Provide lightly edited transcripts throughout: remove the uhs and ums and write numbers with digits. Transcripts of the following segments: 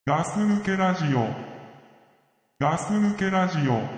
ガス抜けラジオ。ガス抜けラジオ。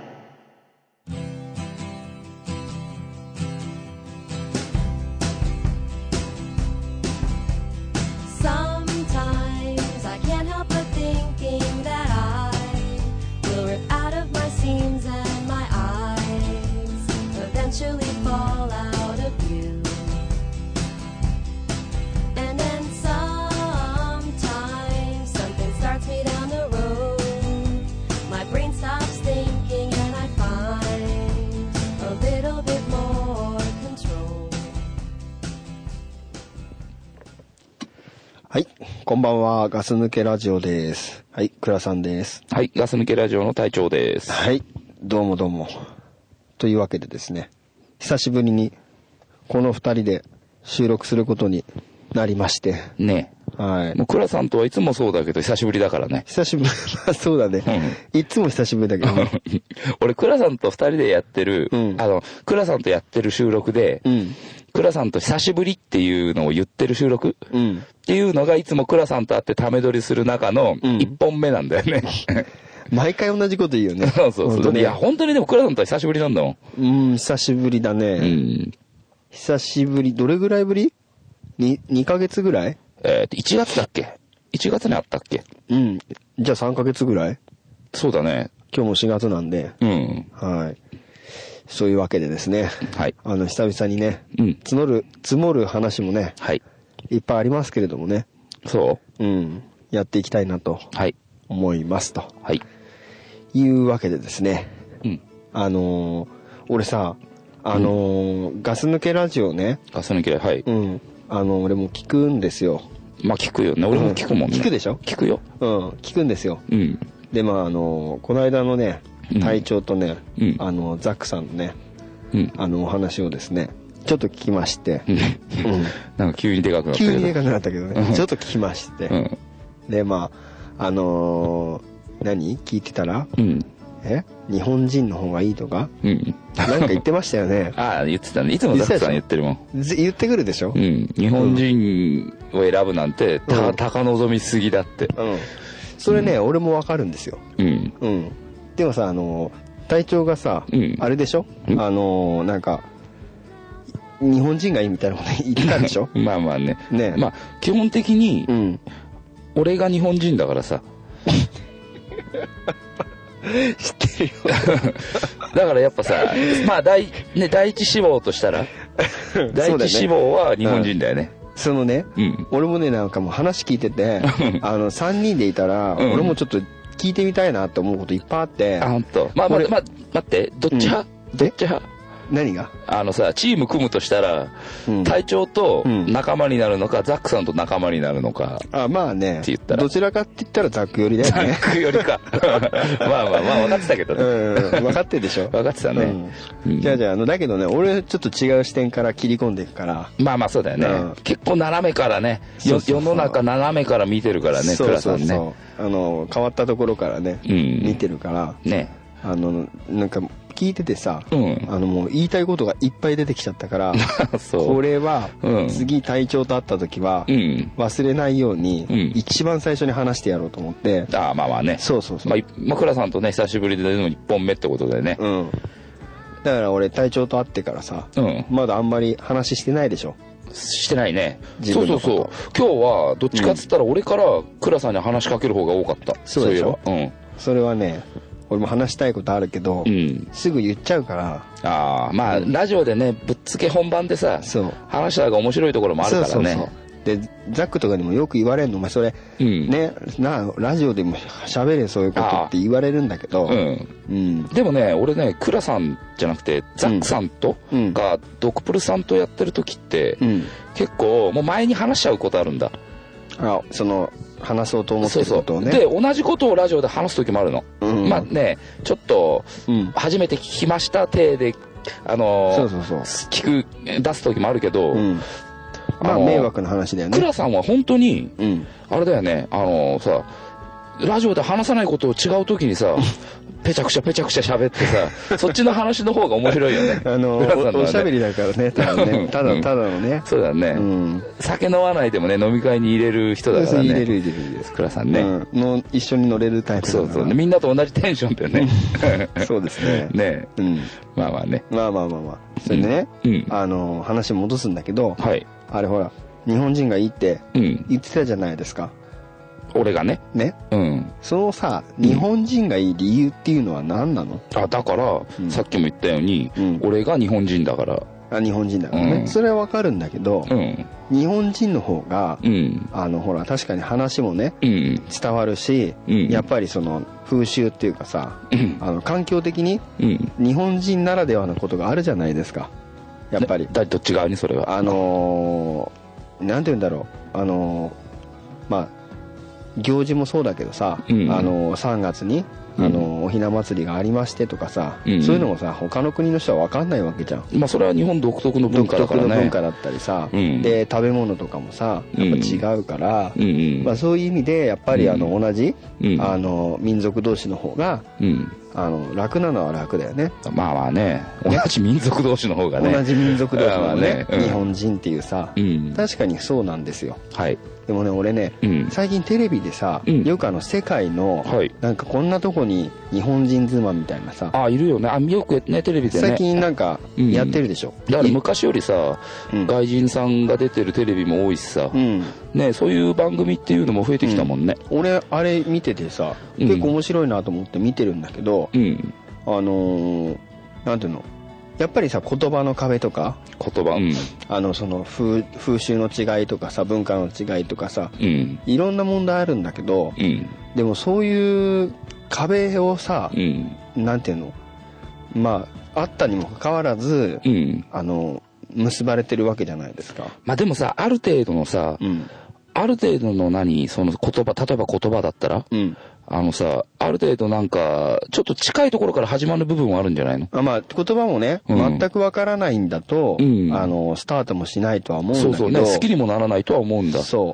はい、こんばんは。ガス抜けラジオです。はい、倉さんです。 はい、ガス抜けラジオの隊長です。 はい、どうもどうも。というわけでですね、久しぶりにこの二人で収録することになりまして。 ね。 はい。 もう倉さんとはいつもそうだけど久しぶりだからね。 久しぶり、そうだね。いつも久しぶりだけどね。 俺倉さんと二人でやってる、倉さんとやってる収録で、倉さんと久しぶりっていうのを言ってる収録、っていうのがいつも倉さんと会ってため撮りする中の一本目なんだよね。 毎回同じこと言うよね。 そうそうそう。いや、本当にでも倉さんとは久しぶりなんだもん。久しぶりだね。久しぶり、どれぐらいぶり 2ヶ月ぐらい 1月だっけ ?1 月にあったっけ？ じゃあ3ヶ月ぐらい？ そうだね。 今日も4月なんで。はい。そういうわけでですね。 はい。 久々にね、積もる話もね、 はい。 いっぱいありますけれどもね。 そう？ やっていきたいなと。はい。思いますと。 はい。 いうわけでですね。俺さ、ガス抜けラジオね。 ガス抜け、はい。 俺も聞くんですよ。 まあ聞くよね。俺も聞くもんね。 聞くでしょ？ 聞くよ。 聞くんですよ。で、まあこの間のね、隊長とね、ザックさんのね、お話をですね、ちょっと聞きまして。 なんか急にでかくなったけど。 急にでかくなったけどね。ちょっと聞きまして。で、まあ、聞いてたら、日本人の方がいいとか、なんか言ってましたよね。 ああ、言ってたね。いつもザックさん言ってるもん。 言ってくるでしょ？ 日本人を選ぶなんて、高望みすぎだって。 それね、俺もわかるんですよ。でもさ、隊長がさ、あれでしょ？なんか、日本人がいいみたいなこと言ってたでしょ？ まあまあね。まあ、基本的に、俺が日本人だからさ。 知ってるよ。 だからやっぱさ、まあ第一志望としたら、第一志望は日本人だよね。 そのね、俺もね、なんかもう話聞いてて、3人でいたら、俺もちょっと聞いてみたいなって思うこといっぱいあって。 あ、ほんと。まあ、待って、どっち派？どっち派？ 何が？ チーム組むとしたら、隊長と仲間になるのか、ザックさんと仲間になるのか。 まあね。 って言ったら。 どちらかって言ったらザック寄りだよね。 ザック寄りか。まあ分かってたけどね。 分かってるでしょ。 分かってたね。 じゃあ、だけどね、俺ちょっと違う視点から切り込んでいくから。 まあそうだよね。結構斜めからね、世の中斜めから見てるからね、クラさんね。 変わったところからね、見てるから。ね。なんか、聞いててさ、もう言いたいことがいっぱい出てきちゃったから、これは、次隊長と会った時は、忘れないように、一番最初に話してやろうと思って。 まあね。 そう。 まあ、倉さんとね、久しぶりで1本目ってことでね。 だから俺隊長と会ってからさ、まだあんまり話してないでしょ。 してないね。そう。今日は、どっちかっつったら俺から倉さんに話しかける方が多かった。 そういえば。それはね、俺も話したいことあるけど、すぐ言っちゃうから。 まあ、ラジオでね、ぶっつけ本番でさ、話した方が面白いところもあるからね。 で、ザックとかにもよく言われるの、お前それ、ね、ラジオでも喋れそういうことって言われるんだけど、 でもね、俺ね、クラさんじゃなくて、ザックさんとか、ドクプルさんとやってる時って、結構、もう前に話しちゃうことあるんだ。 話そうと思ってることをね。 で、同じことをラジオで話す時もあるの。まあね、ちょっと、初めて聞きました体で、出す時もあるけど、 まあ迷惑な話だよね。 クラさんは本当に、あれだよね、 ラジオで話さないことを違う時にさ、ペチャクチャ喋ってさ、そっちの話の方が面白いよね。 おしゃべりだからね、ただね、ただのね。 そうだね。酒飲まないでもね、飲み会に入れる人だからね。 入れる。 倉さんね。 一緒に乗れるタイプだから。 そう。みんなと同じテンションだよね。 そうですね。 ね。まあまあね。 まあ。それでね、話戻すんだけど、あれほら、日本人がいいって言ってたじゃないですか。 俺がね。 そのさ、日本人がいい理由っていうのは何なの？ だから、さっきも言ったように、俺が日本人だから。 日本人だからね。それはわかるんだけど、日本人の方が、ほら、確かに話もね、伝わるし、やっぱりその、風習っていうかさ、環境的に、日本人ならではのことがあるじゃないですか。やっぱり。 どっち側にそれは。 なんて言うんだろう。まあ、行事もそうだけどさ、3月におひな祭りがありましてとかさ、そういうのもさ、他の国の人は分かんないわけじゃん。 まあそれは日本独特の文化だからね。 独特の文化だったりさ、で食べ物とかもさやっぱ違うから、まあそういう意味でやっぱり同じ民族同士の方が楽なのは楽だよね。 まあね、同じ民族同士の方がね。 同じ民族同士のね、日本人っていうさ、確かにそうなんですよ。でもね、俺ね、最近テレビでさ、よく世界の、なんかこんなとこに日本人妻みたいなさ。 いるよね。よくね、テレビでね。 最近なんか、やってるでしょ。 だから昔よりさ、外人さんが出てるテレビも多いしさ、ね、そういう番組っていうのも増えてきたもんね。 俺、あれ見ててさ、結構面白いなと思って見てるんだけど、なんていうの、やっぱりさ、言葉の壁とか、その風習の違いとかさ、文化の違いとかさ、いろんな問題あるんだけど、でもそういう壁をさ、なんていうの、まああったにもかかわらず、結ばれてるわけじゃないですか。 まあでもさ、ある程度のさ、ある程度のその言葉、例えば言葉だったら、さ、ある程度なんか、ちょっと近いところから始まる部分はあるんじゃないの？ まあ、言葉もね、全くわからないんだと、スタートもしないとは思うんだけど。そうね、好きにもならないとは思うんだ。 そう。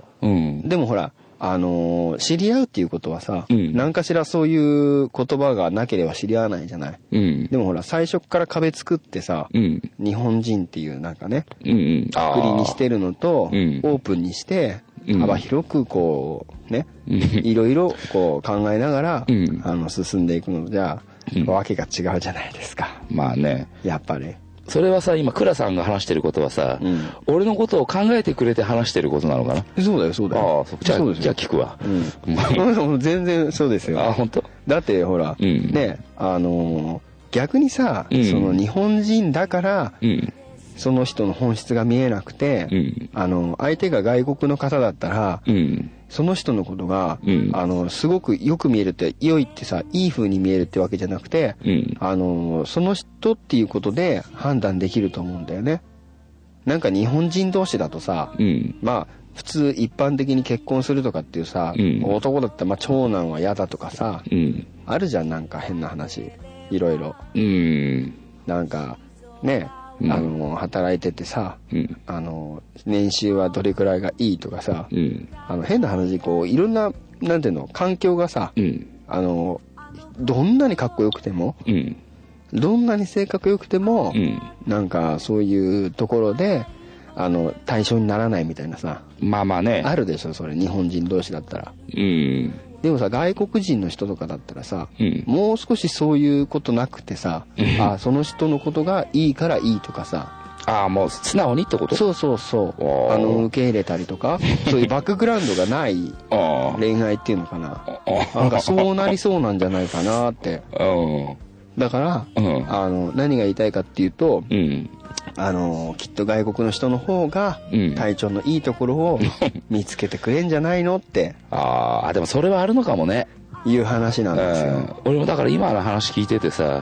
でもほら、知り合うっていうことはさ、何かしらそういう言葉がなければ知り合わないじゃない。でもほら、最初から壁作ってさ、日本人っていうなんかね、くくりにしてるのと、オープンにして、幅広くこうね、いろいろこう考えながら、進んでいくのじゃわけが違うじゃないですか。 まあね、 やっぱりそれはさ、今倉さんが話してることはさ、俺のことを考えてくれて話してることなのかな？ そうだよ。 じゃあ聞くわ。 全然そうですよ。 本当？ だってほら、ね、逆にさ、その日本人だから、その人の本質が見えなくて、相手が外国の方だったら、その人のことが、すごくよく見えるって、良いってさ、いい風に見えるってわけじゃなくて、その人っていうことで判断できると思うんだよね。なんか日本人同士だとさ、まあ、普通一般的に結婚するとかっていうさ、男だったらまあ長男は嫌だとかさ、あるじゃん、なんか変な話。いろいろ。なんか、ね、働いててさ、年収はどれくらいがいいとかさ、変な話、こういろんな、なんていうの、環境がさ、どんなにかっこよくても、どんなに性格良くても、なんかそういうところで対象にならないみたいなさ、 まあね、 あるでしょ、それ。日本人同士だったら。でもさ、外国人の人とかだったらさ、もう少しそういうことなくてさ、その人のことがいいからいいとかさ、 もう素直にってこと？ そう受け入れたりとか、そういうバックグラウンドがない恋愛っていうのかな。なんかそうなりそうなんじゃないかなって。だから、何が言いたいかっていうと、きっと外国の人の方が体調のいいところを見つけてくれんじゃないのって。 でもそれはあるのかもね。 いう話なんですよ。 俺もだから今の話聞いててさ、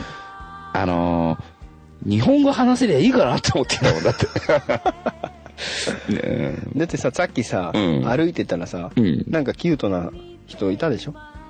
日本語話せりゃいいかなって思ってたもんだって。 だってさ、さっきさ、歩いてたらさ、なんかキュートな人いたでしょ？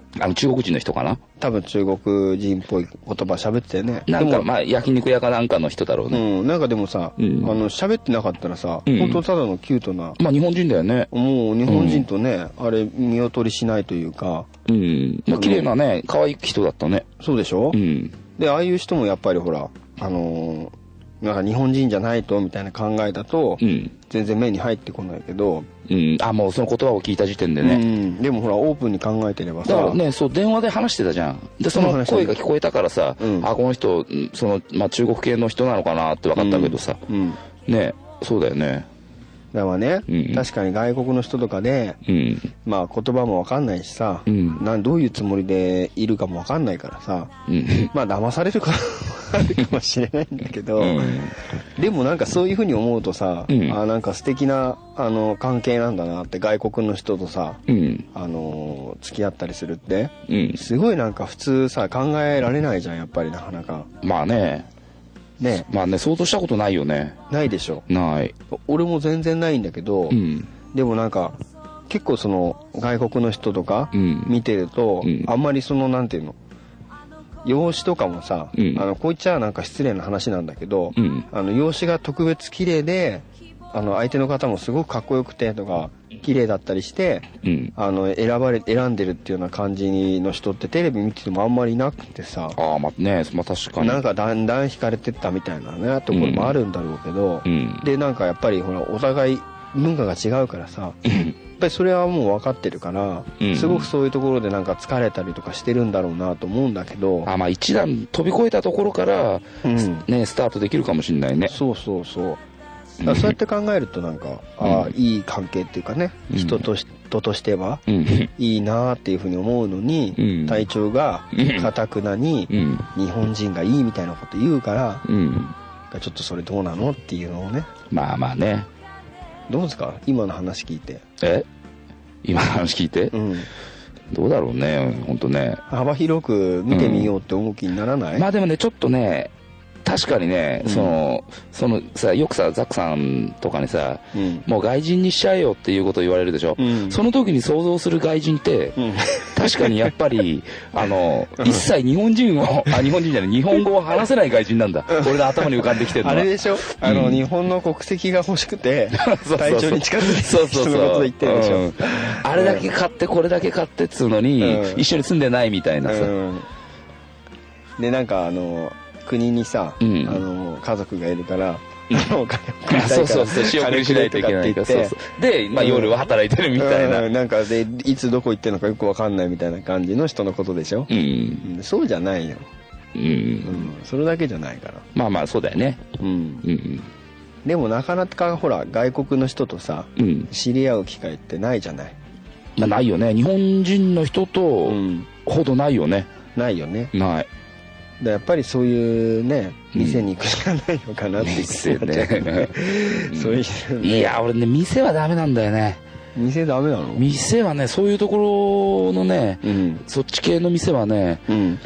中国人の人かな、 多分中国人っぽい言葉喋ってたよね。 なんかまあ焼肉屋かなんかの人だろうね。 なんかでもさ、喋ってなかったらさ、本当ただのキュートな。 まあ日本人だよね。 もう日本人とね、あれ見劣りしないというか。 まあ綺麗なね、可愛い人だったね。 そうでしょ。で、ああいう人もやっぱりほら、なんか日本人じゃないとみたいな考えだと、全然目に入ってこないけど、 もうその言葉を聞いた時点でね、 でもほらオープンに考えてればさ、 だからね、そう電話で話してたじゃん。でその声が聞こえたからさ、この人中国系の人なのかなって分かったけどさ、ね、そうだよね。 だからね、確かに外国の人とかで、まあ言葉も分かんないしさ、どういうつもりでいるかも分かんないからさ、まあ騙されるからあるかもしれないんだけど、でもなんかそういうふうに思うとさ、なんか素敵な関係なんだなって、外国の人とさ、付き合ったりするって、すごいなんか普通さ考えられないじゃん、やっぱりなかなか。 まあね。まあね、想像したことないよね。 ないでしょ。 ない。 俺も全然ないんだけど、でもなんか結構その外国の人とか見てると、あんまりなんていうの、容姿とかもさ、こう言っちゃなんか失礼な話なんだけど、容姿が特別綺麗で、相手の方もすごくかっこよくてとか綺麗だったりして、選んでるっていうような感じの人ってテレビ見ててもあんまりいなくてさ、 まあね、まあ確かになんかだんだん惹かれてったみたいなねところもあるんだろうけど、でなんかやっぱりほらお互い文化が違うからさ、やっぱりそれはもう分かってるから、すごくそういうところでなんか疲れたりとかしてるんだろうなと思うんだけど、 まあ一段飛び越えたところから、ね、スタートできるかもしれないね。 そうそうそう。そうやって考えるとなんか、いい関係っていうかね、人としてはいいなっていうふうに思うのに、隊長が堅くなに日本人がいいみたいなこと言うから、ちょっとそれどうなのっていうのをね。 まあまあね。 どうですか今の話聞いて。 今の話聞いて、どうだろうね、本当ね。 幅広く見てみようって思う気にならない？ まあでもね、ちょっとね、確かにね、さ、よくさ、ザックさんとかにさ、もう外人にしちゃえよっていうことを言われるでしょ。その時に想像する外人って、確かにやっぱり、一切日本人じゃない、日本語を話せない外人なんだ。俺の頭に浮かんできてるのは。 あれでしょ、日本の国籍が欲しくて、隊長に近づいて人のこと言ってるでしょ。 あれだけ買って、これだけ買ってっつうのに、一緒に住んでないみたいなさ。 で、なんか国にさ、家族がいるから、お金をくれたいから、 仕送りしないといけないから、で、まあ夜は働いてるみたいな。 なんかで、いつどこ行ってるのかよくわかんないみたいな感じの人のことでしょ。そうじゃないよ。それだけじゃないから。 まあまあ、そうだよね。 でもなかなかほら、外国の人とさ、知り合う機会ってないじゃない。 まあないよね。日本人の人とほどないよね。 ないよね。 ない。 やっぱりそういうね、店に行くしかないのかなって店ね。 そういういや、俺ね、店はダメなんだよね。 店ダメなの？ 店はね、そういうところのね、そっち系の店はね、全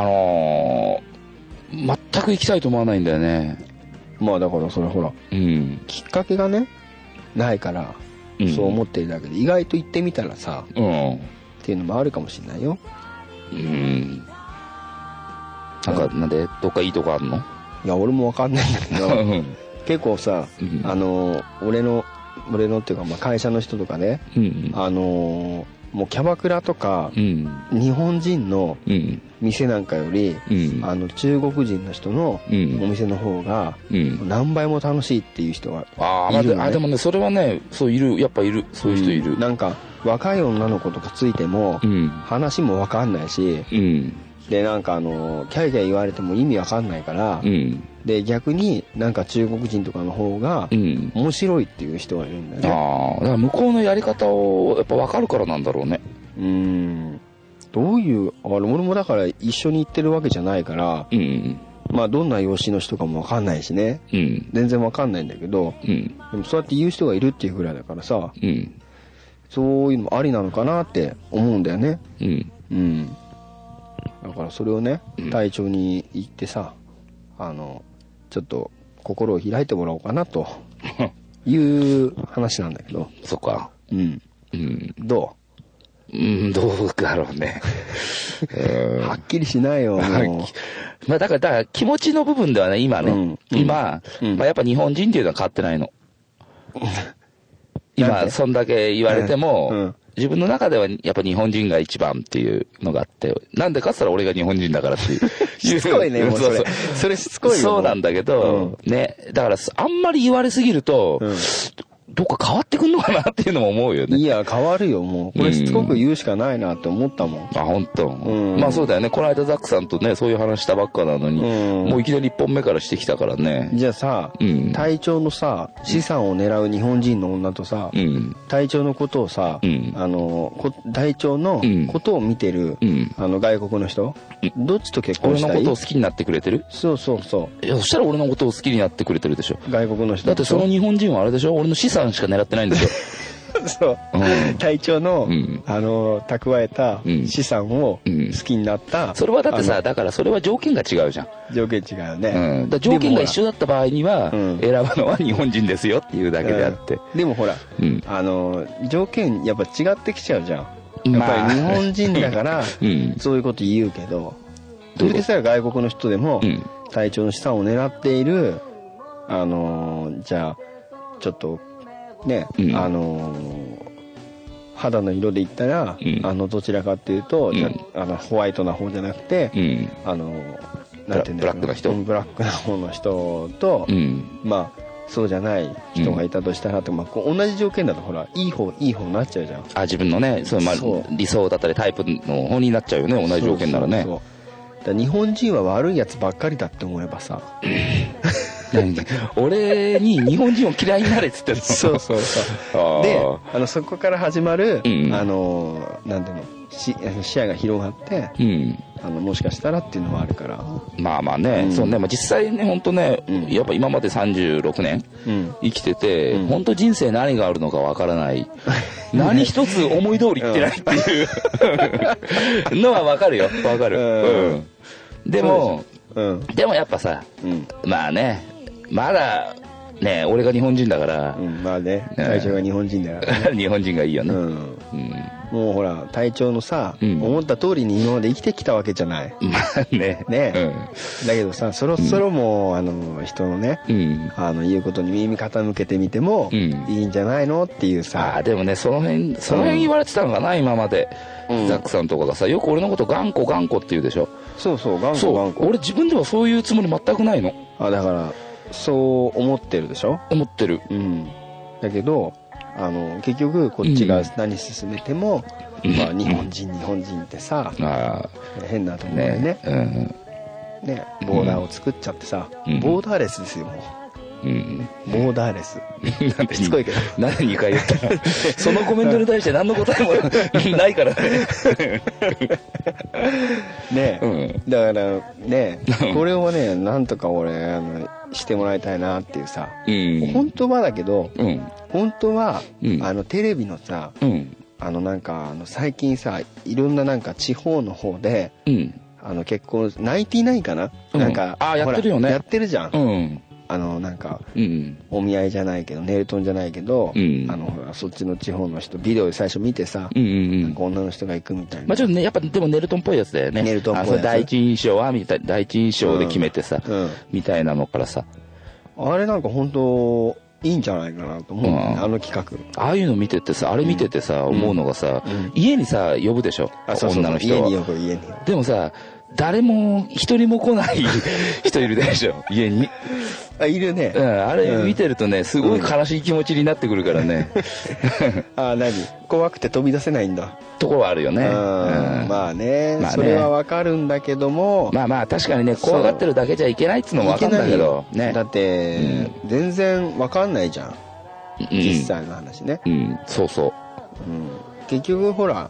く行きたいと思わないんだよね。 まあだからそれほら、きっかけがね、ないから、そう思ってるだけで、意外と行ってみたらさ、っていうのもあるかもしれないよ。 なんでどっかいいとこあるの？ いや、俺もわかんないんだけど結構さ、俺のっていうか、まあ会社の人とかね、もうキャバクラとか、日本人の店なんかより、中国人の人のお店の方が何倍も楽しいっていう人がいるのね。 でもね、それはね、そういる、やっぱいる、そういう人いる。 なんか若い女の子とかついても、話もわかんないし、でなんかキャイキャイ言われても意味わかんないから、で逆になんか中国人とかの方が面白いっていう人がいるんだよね。 だから向こうのやり方をやっぱ分かるからなんだろうね。 どういう俺もだから一緒に行ってるわけじゃないから、まあどんな容姿の人かも分かんないしね、全然分かんないんだけど、でもそうやって言う人がいるっていうぐらいだからさ、そういうのもありなのかなって思うんだよね。だからそれをね、隊長に言ってさ、ちょっと心を開いてもらおうかなという話なんだけど。 そっか。 どうどうだろうね。 はっきりしないよ、もう。 まあだから気持ちの部分ではね、今ね、今、まあやっぱ日本人っていうのは変わってないの。今、そんだけ言われても、自分の中ではやっぱ日本人が一番っていうのがあって、なんでかって言ったら俺が日本人だからっていう。 しつこいね、もうそれ。それしつこいよ。 そうなんだけど、ね、だからあんまり言われすぎると、どっか変わってくんのかなっていうのも思うよね。 いや、変わるよ、もう。これしつこく言うしかないなって思ったもん。 あ、本当。まあそうだよね。この間ザックさんとね、そういう話したばっかなのに、もういきなり1本目からしてきたからね。 じゃあさ、隊長のさ、資産を狙う日本人の女とさ、隊長のことをさ、隊長のことを見てる、外国の人、どっちと結婚したい？ 俺のことを好きになってくれてる？ そうそうそう。 いや、そしたら俺のことを好きになってくれてるでしょ。 外国の人。 だってその日本人はあれでしょ？俺の資産しか狙ってないんでしょ。 そう。隊長の、蓄えた資産を好きになった。 それはだってさ、だからそれは条件が違うじゃん。 条件違うね。 だ条件が一緒だった場合には、選ぶのは日本人ですよっていうだけであって。 でもほら、条件やっぱ違ってきちゃうじゃん。やっぱり日本人だから、そういうこと言うけど、それでさ、外国の人でも、隊長の資産を狙っている、じゃあ、ちょっと、ね、肌の色で言ったら、どちらかっていうと、ホワイトな方じゃなくて、なんていうんだろう、ブラックな方の人と、まあ、そうじゃない人がいたとしたら、まあ、同じ条件だとほらいい方になっちゃうじゃん。 あ、自分のね、そう、まあ、理想だったりタイプの方になっちゃうよね、同じ条件ならね。 だ日本人は悪いやつばっかりだって思えばさ。 俺に日本人を嫌いになれっつってんの。 そうそうそう。で、そこから始まる、なんていうの、視野が広がって、もしかしたらっていうのもあるから。 まあまあね、そうね、まあ、実際ね、本当ね、やっぱ今まで36年生きてて、本当人生何があるのかわからない。何一つ思い通りいってないっていうのはわかるよ、わかる。でもやっぱさ、まあね、まだね、俺が日本人だから、 まあね、隊長が日本人だから、 日本人がいいよね。 もうほら、隊長のさ、思った通りに今まで生きてきたわけじゃない。 まあね。 だけどさ、そろそろもう、人のね、言うことに耳傾けてみてもいいんじゃないのっていうさ。 でもね、その辺言われてたのかな、今まで。ザックさんとかがさ、よく俺のこと頑固って言うでしょ。 そうそう、頑固。 俺自分ではそういうつもり全くないの。 だから、そう思ってるでしょ？ 思ってる。 だけど、結局こっちが何進めても、まあ日本人ってさ、変なところでね、ボーダーを作っちゃってさ、ボーダーレスですよ、もう。ボーダーレス。 なんでしつこいけど。 なんで2回言ったの？そのコメントに対して何の答えもないからね。 ね、だからね、これをね、なんとか俺、してもらいたいなっていうさ、本当はだけど、本当は、テレビのさ、なんか、最近さ、いろんななんか地方の方で、結婚、ナインティナインかな？なんか、 やってるよね。 やってるじゃん。なんか、お見合いじゃないけど、ネルトンじゃないけど、そっちの地方の人、ビデオで最初見てさ、なんか女の人が行くみたいな。 まあちょっとね、やっぱでもネルトンっぽいやつだよね。 ネルトンっぽいやつ。 第一印象は第一印象で決めてさ、みたいなのからさ。 あれなんか本当いいんじゃないかなと思うね、企画。 ああいうの見ててさ、あれ見ててさ、思うのがさ、家にさ、呼ぶでしょ、女の人は。 家に呼ぶ、家に。 でもさ、誰も一人も来ない人いるでしょ、家に。 いるね。 あれ見てるとね、すごい悲しい気持ちになってくるからね。 怖くて飛び出せないんだ。 ところはあるよね。 まあね、それはわかるんだけども。 まあ確かにね、怖がってるだけじゃいけないっつうのもわかんないけど。 だって、全然わかんないじゃん。実際の話ね。 そうそう。 結局ほら、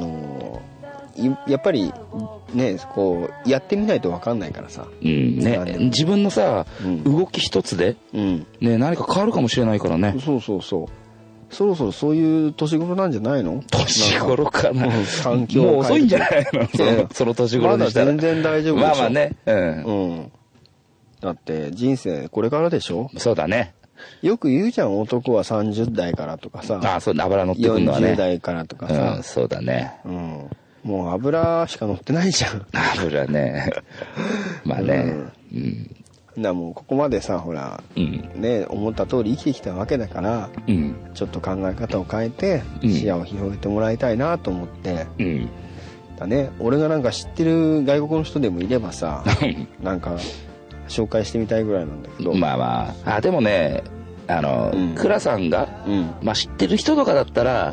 やっぱりね、こうやってみないと分かんないからさ、 自分のさ、動き一つで、何か変わるかもしれないからね。 そうそろそろそういう年頃なんじゃないの？ 年頃かな。 環境もう遅いんじゃないの？その年頃にしたら。 まだ全然大丈夫でしょ。 まあね。 だって人生これからでしょ？ そうだね。 よく言うじゃん、男は30代からとかさ。 そう、油乗ってくるのはね。 40代からとかさ。 そうだね。 もう油しか乗ってないじゃん。 油ね。まあね。うん。 だもうここまでさ、ほら、ね、思った通り生きてきたわけだから、ちょっと考え方を変えて、視野を広げてもらいたいなと思って、だね、俺がなんか知ってる外国の人でもいればさ、なんか紹介してみたいぐらいなんだけど。 まあまあ、でもね、倉さんが、まあ知ってる人とかだったら、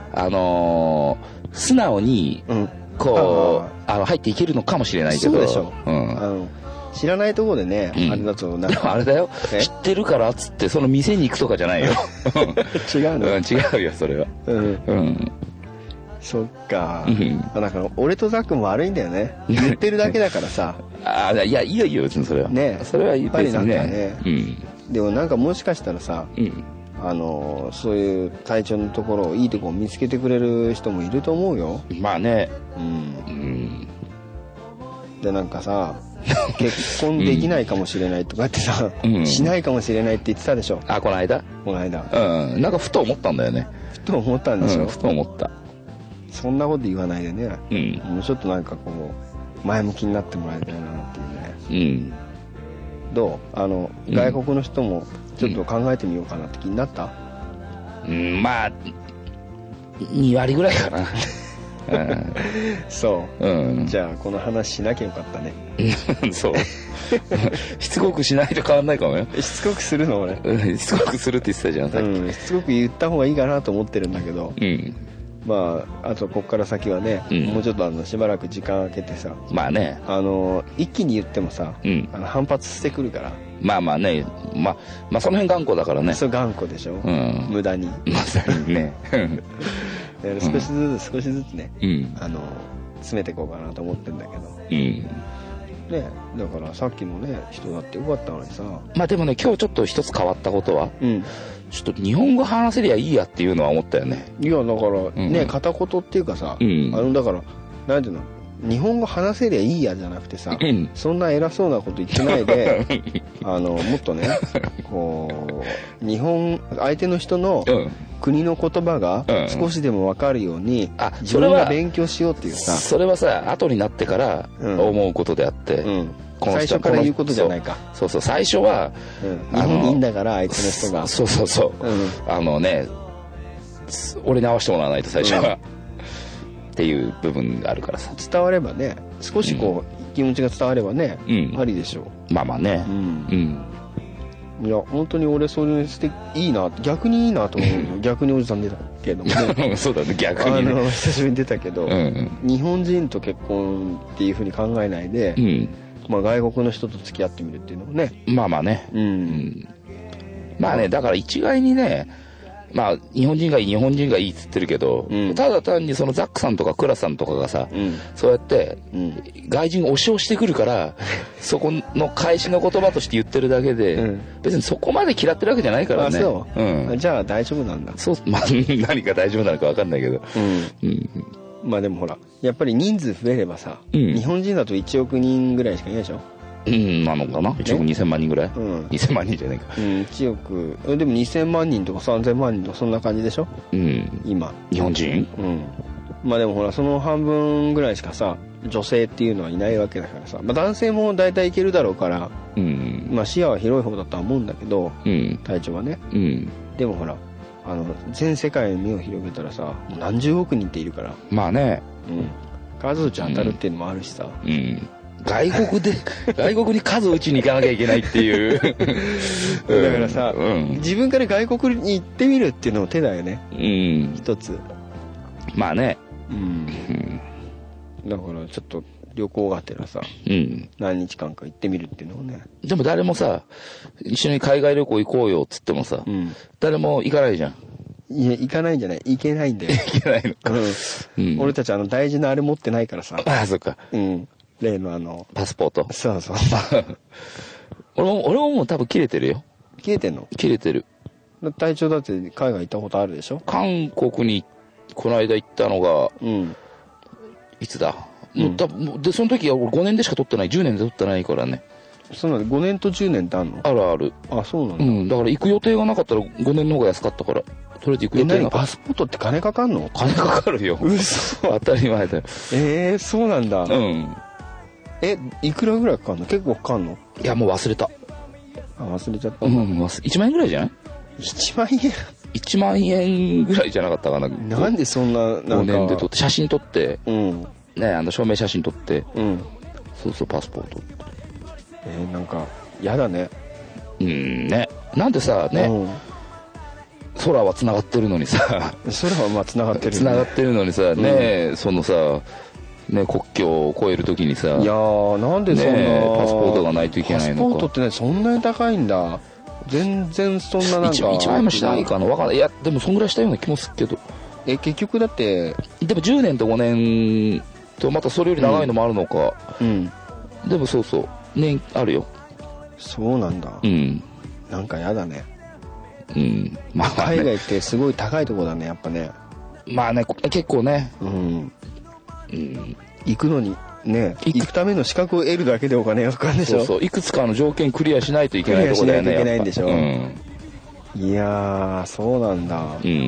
素直に、こう、入っていけるのかもしれないけど。 そうでしょ。知らないところでね、あれだとなんか。でもあれだよ、知ってるからっつってその店に行くとかじゃないよ。 違うの？ 違うよ、それは。 そっか。だから俺とザックも悪いんだよね。言ってるだけだからさ。 いや、いいよ、別にそれは。ね。それはやっぱりなんかね。 でもなんかもしかしたらさ、そういう体調のところ、いいところを見つけてくれる人もいると思うよ。 まあね。 で、なんかさ、結婚できないかもしれないとかってさ、しないかもしれないって言ってたでしょ。 この間。なんかふと思ったんだよね。 ふと思ったんでしょ。 ふと思った。 そんなこと言わないでね。もうちょっとなんかこう、前向きになってもらいたいなっていうね。どう？外国の人もちょっと考えてみようかなって気になった？ まあ、2割ぐらいかな。 そう。じゃあこの話しなきゃよかったね。 そう。しつこくしないと変わんないかもよ。 しつこくするの俺。 しつこくするって言ってたじゃん、さっき。 しつこく言った方がいいかなと思ってるんだけど。まあ、あとこっから先はね、もうちょっとしばらく時間空けてさ、 まあね、 一気に言ってもさ、反発してくるから。 まあまあね、まあその辺頑固だからね。 そう、頑固でしょ。無駄に。 まさにね。 少しずつね、詰めていこうかなと思ってんだけど。ね、だからさっきのね、人だってよかったのにさ。 まあでもね、今日ちょっと一つ変わったことは、ちょっと日本語話せりゃいいやっていうのは思ったよね。 いや、だからね、片言っていうかさ、だから、なんていうの、日本語話せりゃいいやじゃなくてさ、そんな偉そうなこと言ってないで、もっとね、こう、相手の人の国の言葉が少しでも分かるように、自分が勉強しようっていうさ。 それはさ、後になってから思うことであって、 最初から言うことじゃないか。 そうそう、最初は、 日本にいいんだから相手の人が。 そうそうそう。ね、俺に合わせてもらわないと最初は。っていう部分があるからさ。 伝わればね、少しこう、気持ちが伝わればね、ありでしょう。 まあまあね。 いや、本当に俺それいいな、逆にいいなと思う。逆におじさん出たけどもね。 そうだね、逆にね。 久しぶりに出たけど、日本人と結婚っていうふうに考えないで、まあ外国の人と付き合ってみるっていうのもね。 まあまあね。まあね、だから一概にね、まあ日本人がいいっつってるけど、ただ単にそのザックさんとかクラさんとかがさ、そうやって、外人押し押してくるからそこの返しの言葉として言ってるだけで、別にそこまで嫌ってるわけじゃないからね。 そう、じゃあ大丈夫なんだ。 そう、まあ何が大丈夫なのか分かんないけど、 まあでもほら、やっぱり人数増えればさ、日本人だと1億人ぐらいしかいないでしょ。 なのかな、1億2000万人ぐらい、2000万人じゃないか、 1億でも2000万人とか3000万人とかそんな感じでしょ、今日本人。 まあでもほら、その半分ぐらいしかさ、女性っていうのはいないわけだからさ、まあ、男性も大体いけるだろうから、まあ視野は広い方だとは思うんだけど、体調はね、でもほら、全世界に目を広げたらさ、もう何十億人っているから、まあね、数打ち当たるっていうのもあるしさ、 外国に数打ちに行かなきゃいけないっていうだからさ、自分から外国に行ってみるっていうのも手だよね、一つ。 まあね、 だからちょっと旅行がてらさ、何日間か行ってみるっていうのをね。でも誰もさ、一緒に海外旅行行こうよっつってもさ、誰も行かないじゃん。 いや、行かないんじゃない、行けないんだよ。 行けないのか、 俺たち大事なあれ持ってないからさ。 ああ、そっか。 例のパスポート。 そうそう。 俺ももう多分切れてるよ。 切れてんの？ 切れてる。 隊長だって海外行ったことあるでしょ？ 韓国にこの間行ったのが、いつだ？でその時は俺5年でしか取ってない、10年で取ってないからね。 そうなの？5年と10年ってあるの？ あるある。 あ、そうなんだ。 だから行く予定がなかったら5年の方が安かったから取れていく予定なの。 パスポートって金かかんの？ 金かかるよ。 嘘。 当たり前だよ。 そうなんだ。 うん。 いくらぐらいかかんの？結構かかんの？ いや、もう忘れた。 忘れちゃった。 1万円ぐらいじゃない？ 1万円 1万円ぐらいじゃなかったかな。 なんでそんな、なんか。5 年で撮って、写真撮って、ね、証明写真撮って、そうそう、パスポート。 なんか、やだね。 ね。なんでさ、ね、空は繋がってるのにさ、 空はまあ繋がってる、 繋がってるのにさ、ね、そのさ、ね、国境を越えるときにさ、 いやー、なんでそんな、 パスポートがないといけないのか。 パスポートってね、そんなに高いんだ。全然そんななんか。 1万円もしないかな、わかんない。いや、でもそんぐらいしたような気もするけど。 結局だって。 でも10年と5年と、またそれより長いのもあるのか。でもそうそう、年あるよ。 そうなんだ。なんかやだね。 まあ、 海外ってすごい高いとこだね、やっぱね。 まあね、結構ね。 行くのにね、行くための資格を得るだけでお金がかかるんでしょ。 そうそう、いくつかの条件クリアしないといけないとこだよね。 クリアしないといけないんでしょ。いやー、そうなんだ。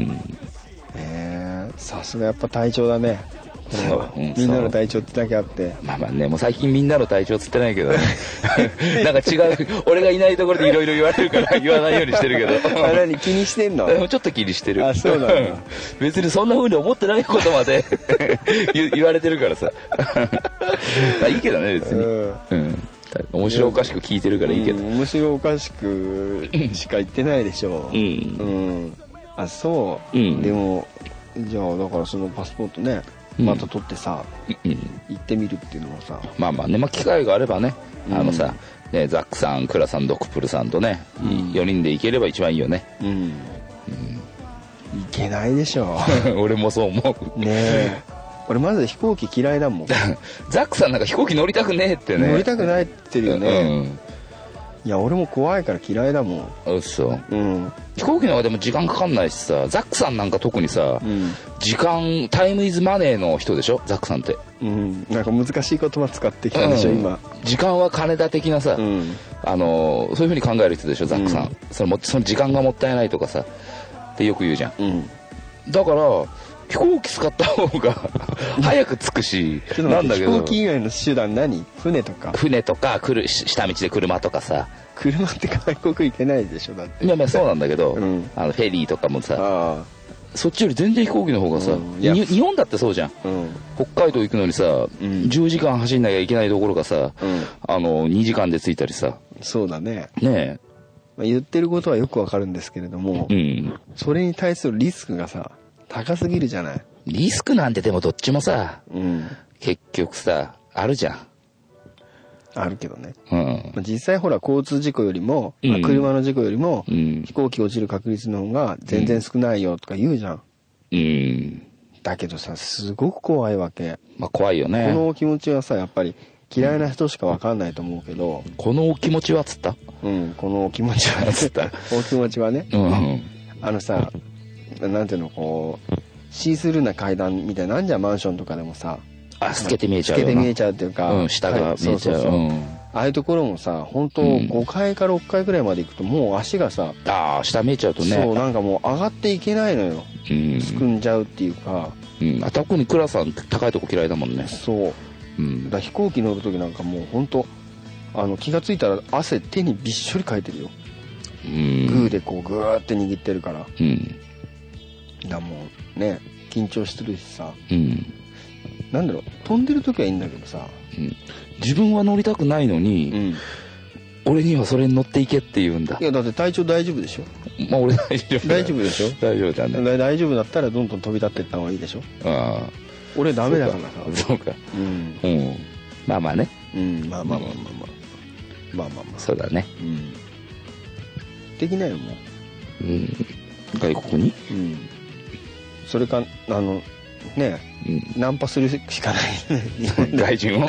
さすがやっぱ隊長だね。みんなの隊長ってだけあって。 まあまあね、もう最近みんなの隊長つってないけどね。なんか違う、俺がいないところでいろいろ言われるから言わないようにしてるけど。 何気にしてんの？ ちょっと気にしてる。 あ、そうなんだ。 別にそんな風に思ってないことまで言われてるからさ。いいけどね、別に。面白おかしく聞いてるからいいけど。 面白おかしくしか言ってないでしょ。あ、そう。でも、じゃあだからそのパスポートね、また取ってさ、行ってみるっていうのもさ。 まあまあね、まあ機会があればね、さ、ね、ザックさん、クラさん、ドクプルさんとね、4人で行ければ一番いいよね。 行けないでしょ。 俺もそう思う。 ねえ。俺まず飛行機嫌いだもん。 ザックさんなんか飛行機乗りたくねえってね。 乗りたくないって言ってるよね。いや、俺も怖いから嫌いだもん。 そう。飛行機の方がでも時間かかんないしさ、ザックさんなんか特にさ、時間、タイムイズマネーの人でしょ、ザックさんって。 なんか難しい言葉使ってきたでしょ、今。 時間は金だ的なさ、そういう風に考える人でしょ、ザックさん。その時間がもったいないとかさ、ってよく言うじゃん。だから、飛行機使った方が早く着くし、 なんだけど。飛行機以外の手段何？船とか。 船とか、下道で車とかさ。 車って外国行けないでしょ、だって。 いや、まあそうなんだけど、フェリーとかもさ、そっちより全然飛行機の方がさ、日本だってそうじゃん。北海道行くのにさ、10時間走んなきゃいけないところがさ、2時間で着いたりさ。 そうだね。 ねえ。言ってることはよくわかるんですけれども、それに対するリスクがさ、高すぎるじゃない。 リスクなんてでもどっちもさ、結局さ、あるじゃん。 あるけどね。実際ほら交通事故よりも、車の事故よりも、飛行機落ちる確率の方が全然少ないよとか言うじゃん。だけどさ、すごく怖いわけ。 まあ怖いよね。 このお気持ちはさ、やっぱり嫌いな人しかわかんないと思うけど。 このお気持ちはつった？ このお気持ちはつった。お気持ちはね。さ、なんていうの、こう、シースルーな階段みたいなのあんじゃん、マンションとかでもさ。 透けて見えちゃう。 透けて見えちゃうっていうか、 下が見えちゃう。 ああいうところもさ、本当5階か6階ぐらいまで行くともう足がさ、 下見えちゃうとね。 そう、なんかもう上がっていけないのよ。すくんじゃうっていうか。 特にクラさん高いとこ嫌いだもんね。 そう。だ飛行機乗るときなんかもう本当気がついたら汗手にびっしょりかいてるよ。グーでこうグーって握ってるから。だもうね、緊張してるしさ。なんだろう、飛んでる時はいいんだけどさ、 自分は乗りたくないのに、俺にはそれに乗っていけって言うんだ。 いやだって体調大丈夫でしょ。 まあ俺大丈夫。 大丈夫でしょ。 大丈夫だね。 大丈夫だったらどんどん飛び立っていった方がいいでしょ。俺ダメだからさ。 そうか。まあまあね。 まあまあ。 そうだね。 できないよもう。外国に？ それかね、ナンパするしかない。 外人を。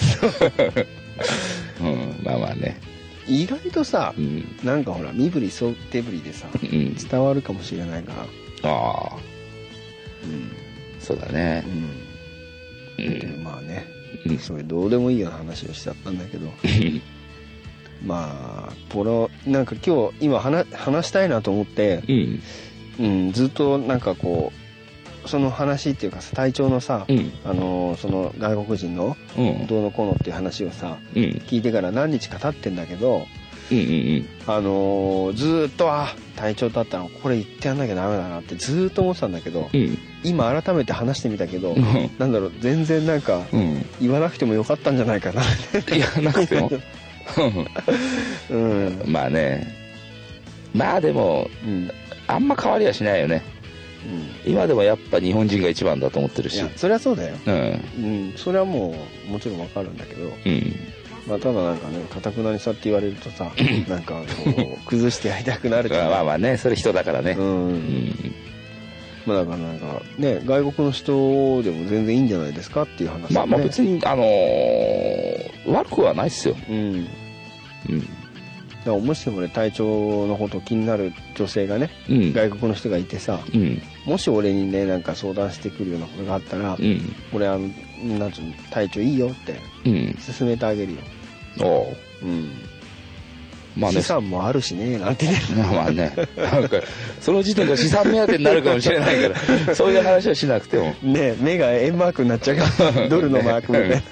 まあまあね。 意外とさ、なんかほら身振り手振りでさ、伝わるかもしれないから。 そうだね。 まあね、そういうどうでもいいような話をしちゃったんだけど。まあなんか今日話したいなと思って、 ずっとなんかこうその話っていうか隊長のさ、その外国人のどうのこうのっていう話をさ、聞いてから何日か経ってんだけど、ずーっと隊長だったらこれ言ってやんなきゃダメだなってずーっと思ってたんだけど、今改めて話してみたけど、なんだろう、全然なんか言わなくてもよかったんじゃないかな言わなくてもまあね、まあでも、あんま変わりはしないよね。今でもやっぱ日本人が一番だと思ってるし。 いやそれはそうだよ。それはもちろんわかるんだけど、まあただなんかね、かたくなにさって言われるとさ、なんかこう崩してやりたくなるじゃん。 まあまあね、それ人だからね。 まあだからなんかね、外国の人でも全然いいんじゃないですかっていう話、ね。 まあまあ別に悪くはないっすよ。 だからもし俺隊長のこと気になる女性がね、外国の人がいてさ、もし俺にねなんか相談してくるようなことがあったら、俺なんつうの、隊長いいよって勧めてあげるよ。まあね、資産もあるしねなんてね。 まあね、なんかその時点で資産目当てになるかもしれないからそういう話はしなくてもね、目が円マークになっちゃうからドルのマークみたいな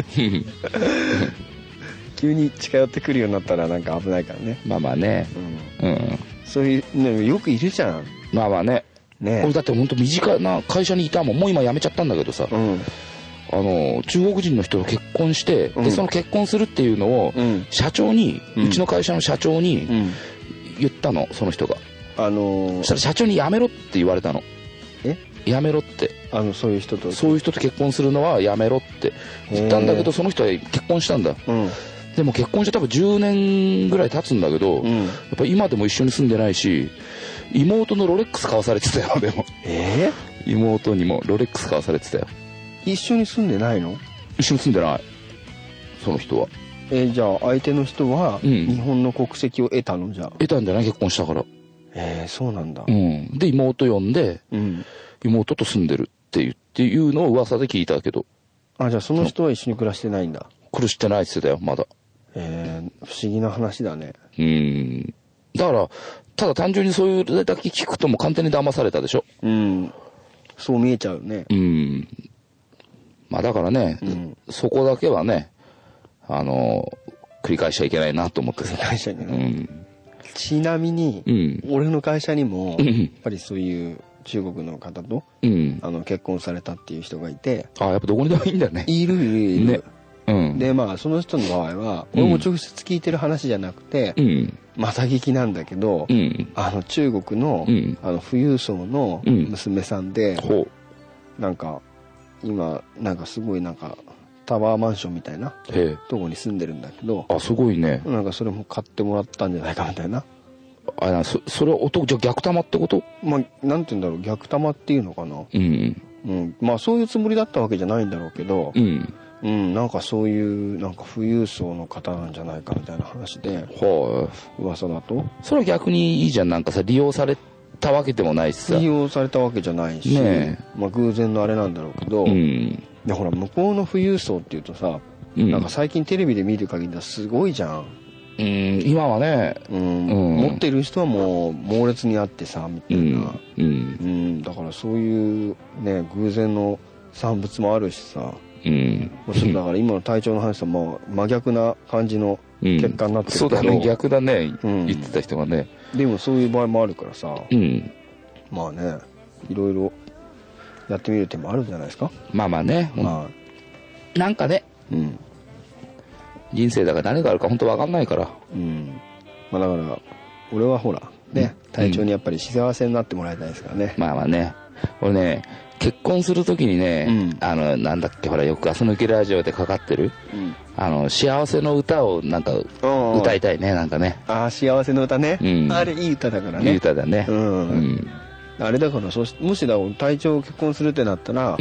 急に近寄ってくるようになったらなんか危ないからね。 まあまあね、 そういうね、よくいるじゃん。 まあまあね。俺だって本当身近な会社にいたもん。もう今辞めちゃったんだけどさ、中国人の人と結婚して、でその結婚するっていうのを社長に、うちの会社の社長に言ったの、その人が。そしたら社長に辞めろって言われたの。やめろって。そういう人と結婚するのはやめろって言ったんだけど、その人は結婚したんだ。でも結婚して多分10年ぐらい経つんだけど、やっぱ今でも一緒に住んでないし、妹のロレックス買わされてたよ。でも妹にもロレックス買わされてたよ。 一緒に住んでないの？ 一緒に住んでない、その人は。 じゃあ相手の人は日本の国籍を得たの？じゃあ得たんじゃない？結婚したから。 そうなんだ。 で妹呼んで、妹と住んでるっていうのを噂で聞いたけど。 じゃあその人は一緒に暮らしてないんだ。 暮らしてないっすだよまだ。 不思議な話だね。 だからただ単純にそういうだけ聞くともう完全に騙されたでしょ。 そう見えちゃうね。 まあだからね、そこだけはね、繰り返しちゃいけないなと思ってさ。繰り返しちゃいけない。 ちなみに、俺の会社にもやっぱりそういう中国の方と、結婚されたっていう人がいて。 やっぱどこにでもいいんだね。 いるね。 でまあその人の場合は俺も直接聞いてる話じゃなくて、また聞きなんだけど、中国の、富裕層の娘さんで、なんか今なんかすごいなんかタワーマンションみたいなとこに住んでるんだけど、 すごいね。 なんかそれも買ってもらったんじゃないかみたいな。 それはじゃあ逆玉ってこと？ まあなんて言うんだろう、逆玉っていうのかな。まあそういうつもりだったわけじゃないんだろうけど、なんかそういうなんか富裕層の方なんじゃないかみたいな話で、噂だと。 それは逆にいいじゃん。なんかさ、利用されたわけでもないしさ。 利用されたわけじゃないし、まあ偶然のあれなんだろうけど、でほら向こうの富裕層っていうとさ、なんか最近テレビで見る限りはすごいじゃん。 今はね、 持ってる人はもう猛烈にあってさみたいな、だからそういうね偶然の産物もあるしさ。だから今の隊長の話とも真逆な感じの結果になってるけど、 そうだね、逆だね、言ってた人がね。 でもそういう場合もあるからさ、まあね、いろいろやってみる手もあるんじゃないですか。 まあまあね、なんかね、人生だから何があるか本当分かんないから。 まあだから俺はほらね、隊長にやっぱり幸せになってもらいたいですからね。 まあまあね、俺ね結婚するときにね、なんだっけ、ほらよくガス抜きラジオでかかってる、幸せの歌をなんか歌いたいね、なんかね。 幸せの歌ね、あれいい歌だからね。 いい歌だね。 あれだから、もしだ隊長結婚するってなったら、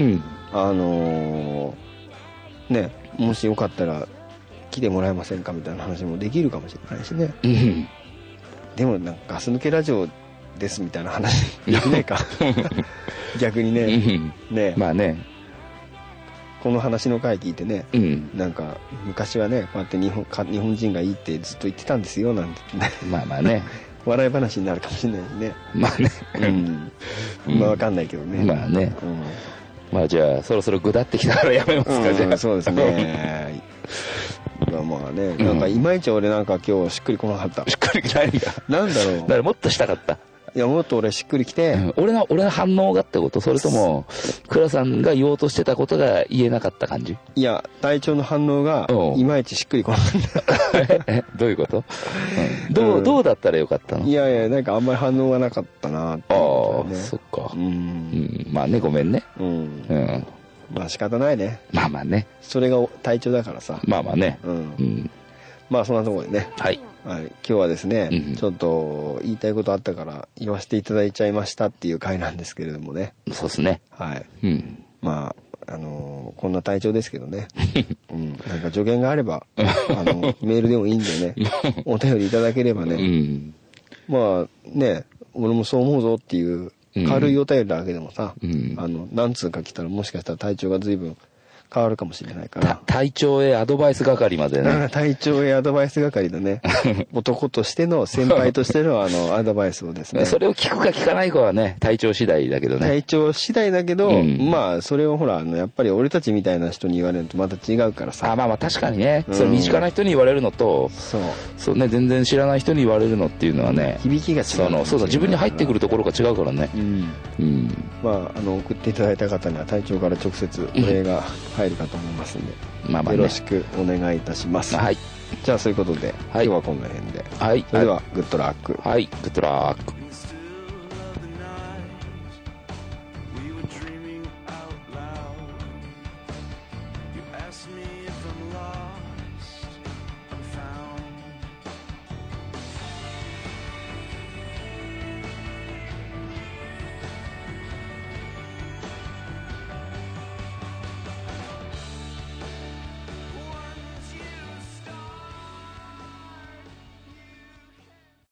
ね、もしよかったら来てもらえませんかみたいな話もできるかもしれないしね。でもなんかガス抜けラジオですみたいな話できないか逆にね。 まあね、 この話の回聞いてね、なんか昔はねこうやって日本人がいいってずっと言ってたんですよなんてね。 まあまあね笑い話になるかもしれないね。 まあね。 まあわかんないけどね。 まあね。まあじゃあそろそろぐだってきたからやめますか、じゃあ。 そうですね。まあね、なんかいまいち俺なんか今日しっくりこなかった。 しっくりきないんだ。 なんだろう。 だからもっとしたかった。 いや、もっと俺しっくりきて、 俺の反応がってこと？それとも倉さんが言おうとしてたことが言えなかった感じ？ いや、隊長の反応がいまいちしっくりこなかった。どういうこと？どうだったらよかったの？ いやいや、なんかあんまり反応がなかったなって思ったね。 そっか。まあね、ごめんね。 まあ仕方ないね。 まあまあね。 それが隊長だからさ。 まあまあね。 まあそんなところでね。 はい。 今日はですね、ちょっと言いたいことあったから言わせていただいちゃいましたっていう回なんですけれどもね。 そうですね。 はい。まあこんな体調ですけどね。なんか助言があればメールでもいいんでね、お便りいただければね。まあね、俺もそう思うぞっていう軽いお便りだけでもさ、何通か来たらもしかしたら体調が随分変わるかもしれないから。 隊長へアドバイス係までね。 隊長へアドバイス係だね。男としての、先輩としてのアドバイスをですね。 それを聞くか聞かないかはね、隊長次第だけどね。 隊長次第だけど、まあ、それをほら、やっぱり俺たちみたいな人に言われるとまた違うからさ。 まあ確かにね。それ身近な人に言われるのと、そうね、全然知らない人に言われるのっていうのはね。 響きが違う。 そうだ、自分に入ってくるところが違うからね。 まあ、送っていただいた方には隊長から直接お礼が入るかと思いますんで、よろしくお願いいたします。 はい。 じゃあそういうことで、今日はこんな辺で。はい。それでは、グッドラック。 はい、グッドラック。